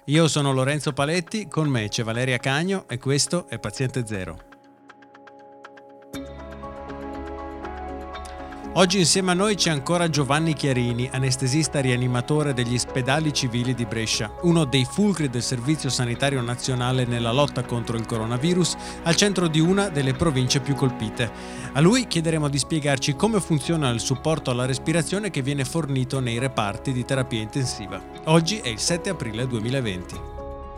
Io sono Lorenzo Paletti, con me c'è Valeria Cagno e questo è Paziente Zero. Oggi insieme a noi c'è ancora Giovanni Chiarini, anestesista rianimatore degli Spedali Civili di Brescia, uno dei fulcri del Servizio Sanitario Nazionale nella lotta contro il coronavirus, al centro di una delle province più colpite. A lui chiederemo di spiegarci come funziona il supporto alla respirazione che viene fornito nei reparti di terapia intensiva. Oggi è il 7 aprile 2020.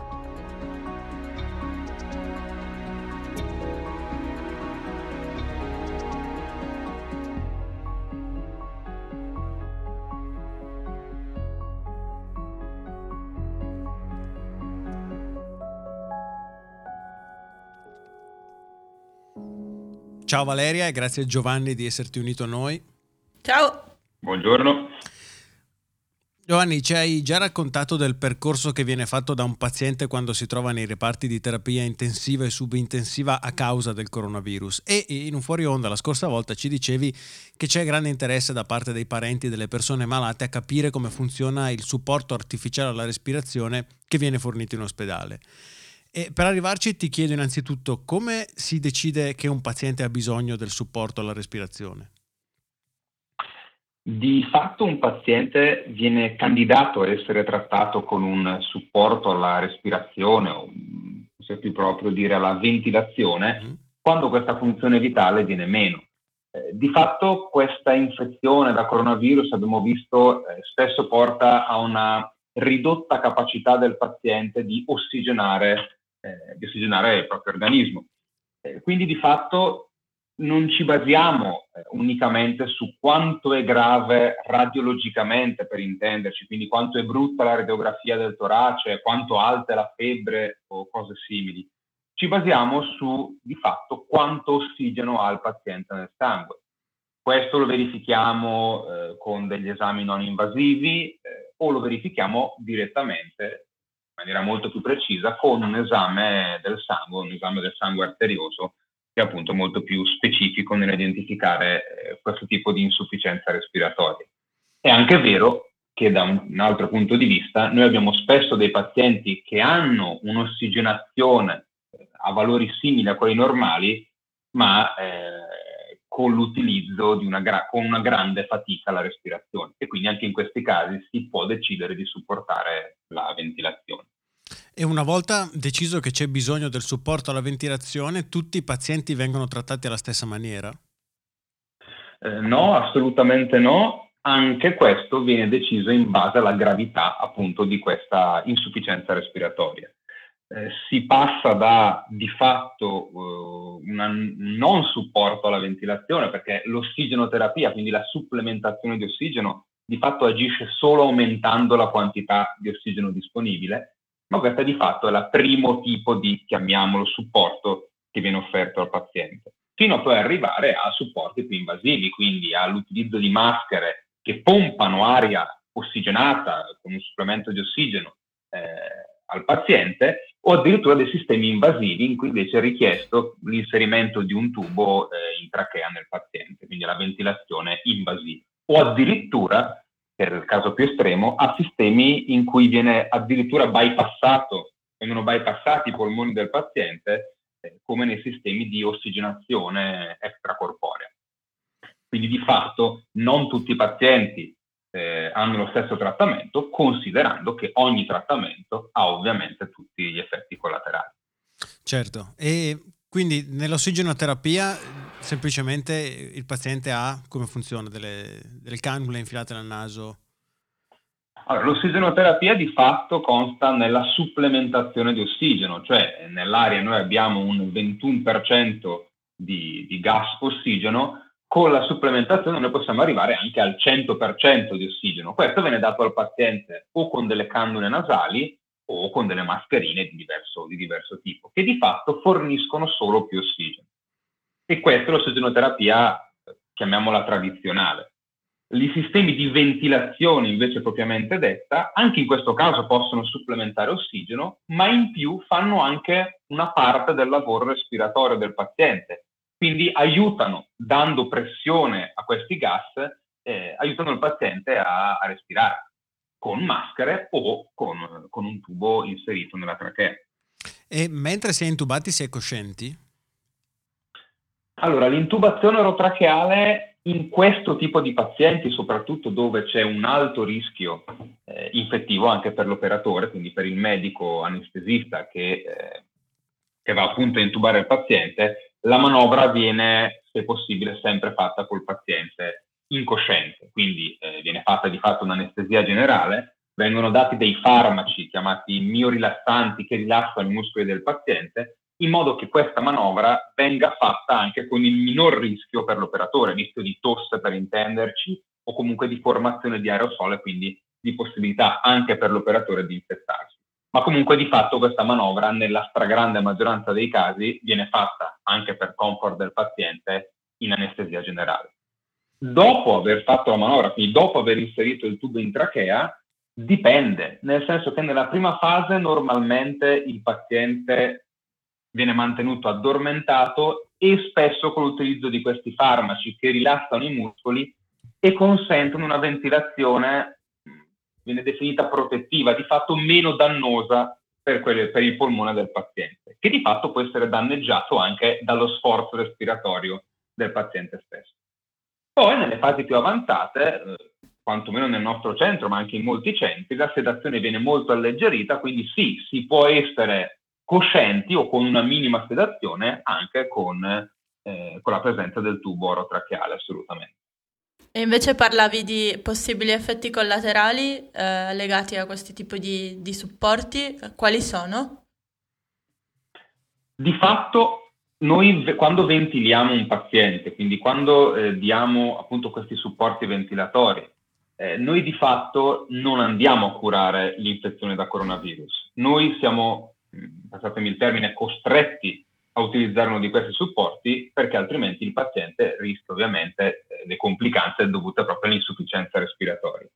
Ciao Valeria e grazie a Giovanni di esserti unito a noi. Ciao. Buongiorno. Giovanni, ci hai già raccontato del percorso che viene fatto da un paziente quando si trova nei reparti di terapia intensiva e subintensiva a causa del coronavirus e in un fuori onda la scorsa volta ci dicevi che c'è grande interesse da parte dei parenti delle persone malate a capire come funziona il supporto artificiale alla respirazione che viene fornito in ospedale. E per arrivarci ti chiedo innanzitutto come si decide che un paziente ha bisogno del supporto alla respirazione? Di fatto un paziente viene candidato a essere trattato con un supporto alla respirazione o, se più proprio dire, alla ventilazione, quando questa funzione vitale viene meno. Di fatto questa infezione da coronavirus, abbiamo visto, spesso porta a una ridotta capacità del paziente di ossigenare il proprio organismo. Quindi di fatto non ci basiamo unicamente su quanto è grave radiologicamente, per intenderci, quindi quanto è brutta la radiografia del torace, quanto alta è la febbre o cose simili. Ci basiamo su, di fatto, quanto ossigeno ha il paziente nel sangue. Questo lo verifichiamo con degli esami non invasivi o lo verifichiamo direttamente in maniera molto più precisa con un esame del sangue arterioso, che è appunto molto più specifico nell'identificare questo tipo di insufficienza respiratoria. È anche vero che da un altro punto di vista noi abbiamo spesso dei pazienti che hanno un'ossigenazione a valori simili a quelli normali, ma con l'utilizzo di con una grande fatica alla respirazione, e quindi anche in questi casi si può decidere di supportare la ventilazione. E una volta deciso che c'è bisogno del supporto alla ventilazione, tutti i pazienti vengono trattati alla stessa maniera? No, assolutamente no. Anche questo viene deciso in base alla gravità appunto di questa insufficienza respiratoria. Si passa da di fatto un non supporto alla ventilazione, perché l'ossigenoterapia, quindi la supplementazione di ossigeno, di fatto agisce solo aumentando la quantità di ossigeno disponibile, ma questa di fatto è il primo tipo di, chiamiamolo, supporto che viene offerto al paziente, fino a poi arrivare a supporti più invasivi, quindi all'utilizzo di maschere che pompano aria ossigenata con un supplemento di ossigeno al paziente, o addirittura dei sistemi invasivi in cui invece è richiesto l'inserimento di un tubo in trachea nel paziente, quindi la ventilazione invasiva, o addirittura, per il caso più estremo, a sistemi in cui viene addirittura vengono bypassati i polmoni del paziente, come nei sistemi di ossigenazione extracorporea. Quindi di fatto non tutti i pazienti hanno lo stesso trattamento, considerando che ogni trattamento ha ovviamente tutti gli effetti collaterali. Certo, e quindi nell'ossigenoterapia semplicemente il paziente ha, come funziona, delle cannule infilate nel naso? Allora, l'ossigenoterapia di fatto consta nella supplementazione di ossigeno, cioè nell'aria noi abbiamo un 21% di gas ossigeno. Con la supplementazione noi possiamo arrivare anche al 100% di ossigeno. Questo viene dato al paziente o con delle cannule nasali o con delle mascherine di diverso tipo, che di fatto forniscono solo più ossigeno. E questa è l'ossigenoterapia, chiamiamola tradizionale. I sistemi di ventilazione, invece propriamente detta, anche in questo caso possono supplementare ossigeno, ma in più fanno anche una parte del lavoro respiratorio del paziente. Quindi aiutano, dando pressione a questi gas, aiutano il paziente a respirare. con maschere o con un tubo inserito nella trachea. E mentre si è intubati si è coscienti? Allora, l'intubazione orotracheale in questo tipo di pazienti, soprattutto dove c'è un alto rischio infettivo anche per l'operatore, quindi per il medico anestesista che va appunto a intubare il paziente, la manovra viene, se possibile, sempre fatta col paziente incosciente, quindi viene fatta di fatto un'anestesia generale, vengono dati dei farmaci chiamati miorilassanti che rilassano i muscoli del paziente, in modo che questa manovra venga fatta anche con il minor rischio per l'operatore, rischio di tosse per intenderci, o comunque di formazione di aerosole, quindi di possibilità anche per l'operatore di infettarsi. Ma comunque di fatto questa manovra nella stragrande maggioranza dei casi viene fatta anche per comfort del paziente in anestesia generale. Dopo aver fatto la manovra, quindi dopo aver inserito il tubo in trachea, dipende, nel senso che nella prima fase normalmente il paziente viene mantenuto addormentato e spesso con l'utilizzo di questi farmaci che rilassano i muscoli e consentono una ventilazione, viene definita protettiva, di fatto meno dannosa per il polmone del paziente, che di fatto può essere danneggiato anche dallo sforzo respiratorio del paziente stesso. Poi nelle fasi più avanzate, quantomeno nel nostro centro, ma anche in molti centri, la sedazione viene molto alleggerita, quindi sì, si può essere coscienti o con una minima sedazione anche con la presenza del tubo orotracheale, assolutamente. E invece parlavi di possibili effetti collaterali legati a questo tipo di supporti, quali sono? Di fatto noi quando ventiliamo un paziente, quindi quando diamo appunto questi supporti ventilatori, noi di fatto non andiamo a curare l'infezione da coronavirus. Noi siamo, passatemi il termine, costretti a utilizzare uno di questi supporti perché altrimenti il paziente rischia ovviamente le complicanze dovute proprio all'insufficienza respiratoria.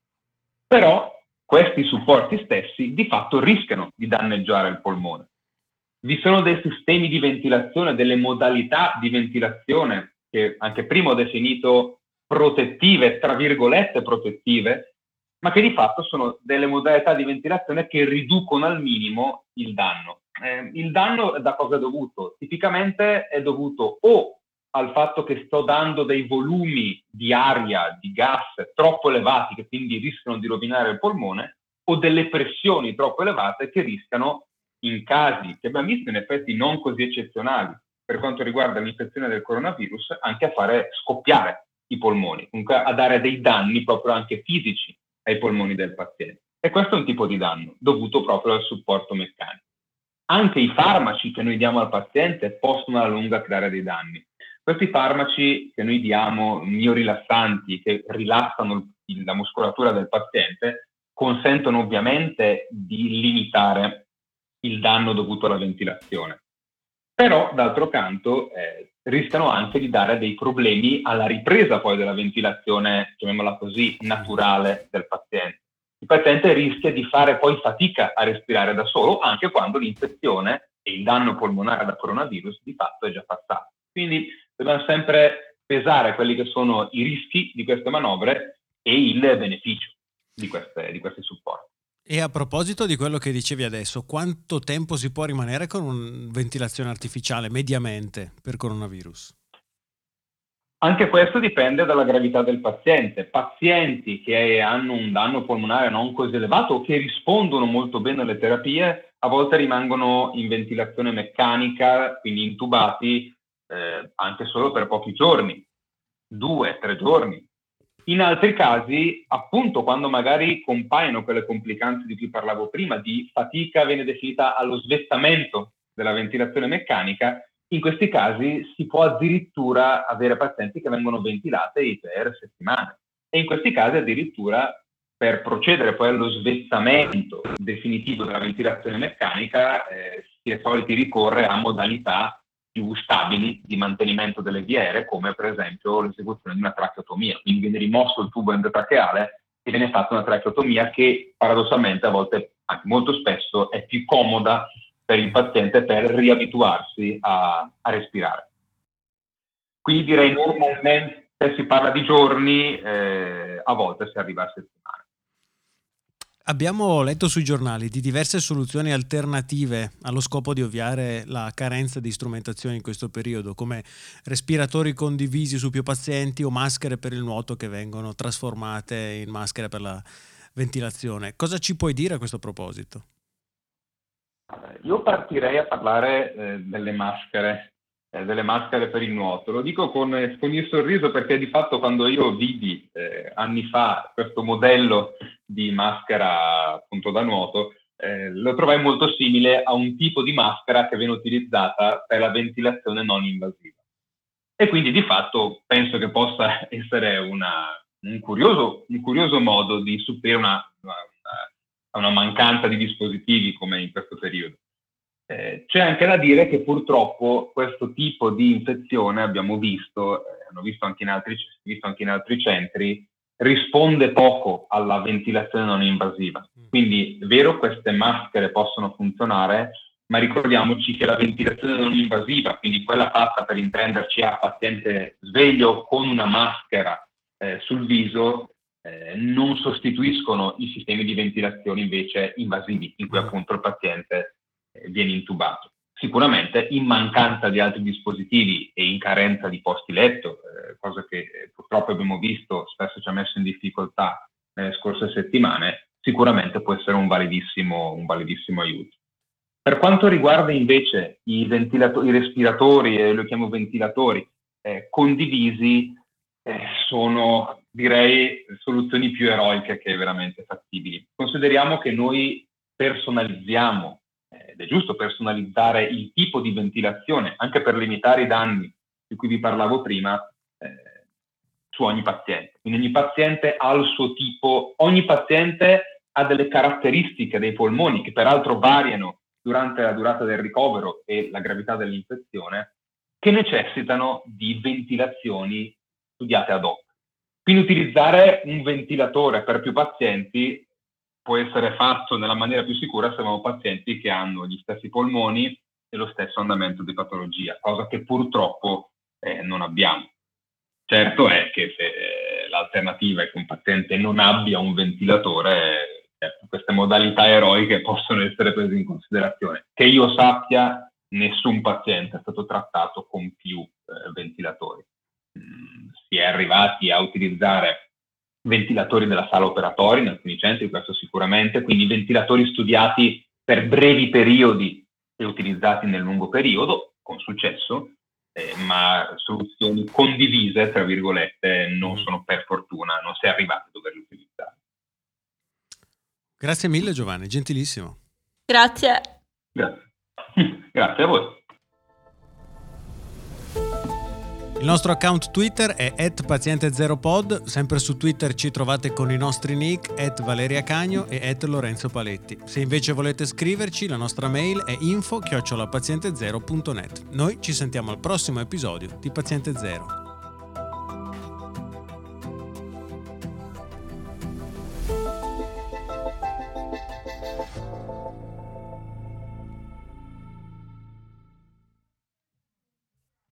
Però questi supporti stessi di fatto rischiano di danneggiare il polmone. Vi sono dei sistemi di ventilazione, delle modalità di ventilazione che anche prima ho definito protettive, tra virgolette protettive, ma che di fatto sono delle modalità di ventilazione che riducono al minimo il danno. Il danno da cosa è dovuto? Tipicamente è dovuto o al fatto che sto dando dei volumi di aria, di gas troppo elevati che quindi rischiano di rovinare il polmone, o delle pressioni troppo elevate che rischiano, in casi che abbiamo visto in effetti non così eccezionali per quanto riguarda l'infezione del coronavirus, anche a fare scoppiare i polmoni, comunque a dare dei danni proprio anche fisici ai polmoni del paziente. E questo è un tipo di danno dovuto proprio al supporto meccanico. Anche i farmaci che noi diamo al paziente possono alla lunga creare dei danni. Questi farmaci che noi diamo, miorilassanti, che rilassano la muscolatura del paziente, consentono ovviamente di limitare il danno dovuto alla ventilazione. Però, d'altro canto, rischiano anche di dare dei problemi alla ripresa poi della ventilazione, chiamiamola così, naturale del paziente. Il paziente rischia di fare poi fatica a respirare da solo, anche quando l'infezione e il danno polmonare da coronavirus di fatto è già passato. Quindi dobbiamo sempre pesare quelli che sono i rischi di queste manovre e il beneficio di questi supporti. E a proposito di quello che dicevi adesso, quanto tempo si può rimanere con una ventilazione artificiale mediamente per coronavirus? Anche questo dipende dalla gravità del paziente. Pazienti che hanno un danno polmonare non così elevato o che rispondono molto bene alle terapie, a volte rimangono in ventilazione meccanica, quindi intubati anche solo per pochi giorni, 2-3 giorni. In altri casi, appunto, quando magari compaiono quelle complicanze di cui parlavo prima, di fatica viene definita allo svettamento della ventilazione meccanica, in questi casi si può addirittura avere pazienti che vengono ventilati per settimane. E in questi casi addirittura per procedere poi allo svettamento definitivo della ventilazione meccanica si è soliti ricorrere a modalità più stabili di mantenimento delle vie aeree, come per esempio l'esecuzione di una tracheotomia. Quindi viene rimosso il tubo endotracheale e viene fatta una tracheotomia che paradossalmente a volte, anche molto spesso, è più comoda per il paziente per riabituarsi a respirare. Quindi direi normalmente si parla di giorni, a volte si arriva a settimane. Abbiamo letto sui giornali di diverse soluzioni alternative allo scopo di ovviare la carenza di strumentazione in questo periodo, come respiratori condivisi su più pazienti o maschere per il nuoto che vengono trasformate in maschere per la ventilazione. Cosa ci puoi dire a questo proposito? Io partirei a parlare delle maschere per il nuoto. Lo dico con il sorriso perché di fatto quando io vidi anni fa questo modello di maschera appunto da nuoto, lo trovai molto simile a un tipo di maschera che viene utilizzata per la ventilazione non invasiva. E quindi di fatto penso che possa essere un curioso modo di supplire a una mancanza di dispositivi come in questo periodo. C'è anche da dire che purtroppo questo tipo di infezione abbiamo visto, hanno visto anche in altri centri, risponde poco alla ventilazione non invasiva. Quindi è vero, queste maschere possono funzionare, ma ricordiamoci che la ventilazione non invasiva, quindi quella fatta per intenderci a paziente sveglio con una maschera sul viso, non sostituiscono i sistemi di ventilazione invece invasivi, in cui appunto il paziente viene intubato. Sicuramente in mancanza di altri dispositivi e in carenza di posti letto, cosa che purtroppo abbiamo visto spesso ci ha messo in difficoltà nelle scorse settimane, sicuramente può essere un validissimo aiuto. Per quanto riguarda invece i respiratori, lo chiamo ventilatori, condivisi, sono direi soluzioni più eroiche che veramente fattibili. Consideriamo che noi personalizziamo, ed è giusto personalizzare il tipo di ventilazione anche per limitare i danni di cui vi parlavo prima su ogni paziente. Quindi ogni paziente ha il suo tipo, ogni paziente ha delle caratteristiche dei polmoni che peraltro variano durante la durata del ricovero e la gravità dell'infezione, che necessitano di ventilazioni studiate ad hoc. Quindi utilizzare un ventilatore per più pazienti può essere fatto nella maniera più sicura se abbiamo pazienti che hanno gli stessi polmoni e lo stesso andamento di patologia, cosa che purtroppo non abbiamo. Certo è che se l'alternativa è che un paziente non abbia un ventilatore, queste modalità eroiche possono essere prese in considerazione. Che io sappia, nessun paziente è stato trattato con più ventilatori. Si è arrivati a utilizzare ventilatori della sala operatoria in alcuni centri, questo sicuramente, quindi ventilatori studiati per brevi periodi e utilizzati nel lungo periodo, con successo, ma soluzioni condivise, tra virgolette, non sono per fortuna, non si è arrivati a doverli utilizzare. Grazie mille Giovanni, gentilissimo. Grazie. Grazie a voi. Il nostro account Twitter è @paziente0pod, sempre su Twitter ci trovate con i nostri nick @valeriacagno e @Lorenzo Paletti. Se invece volete scriverci, la nostra mail è info@paziente0.net. Noi ci sentiamo al prossimo episodio di Paziente Zero.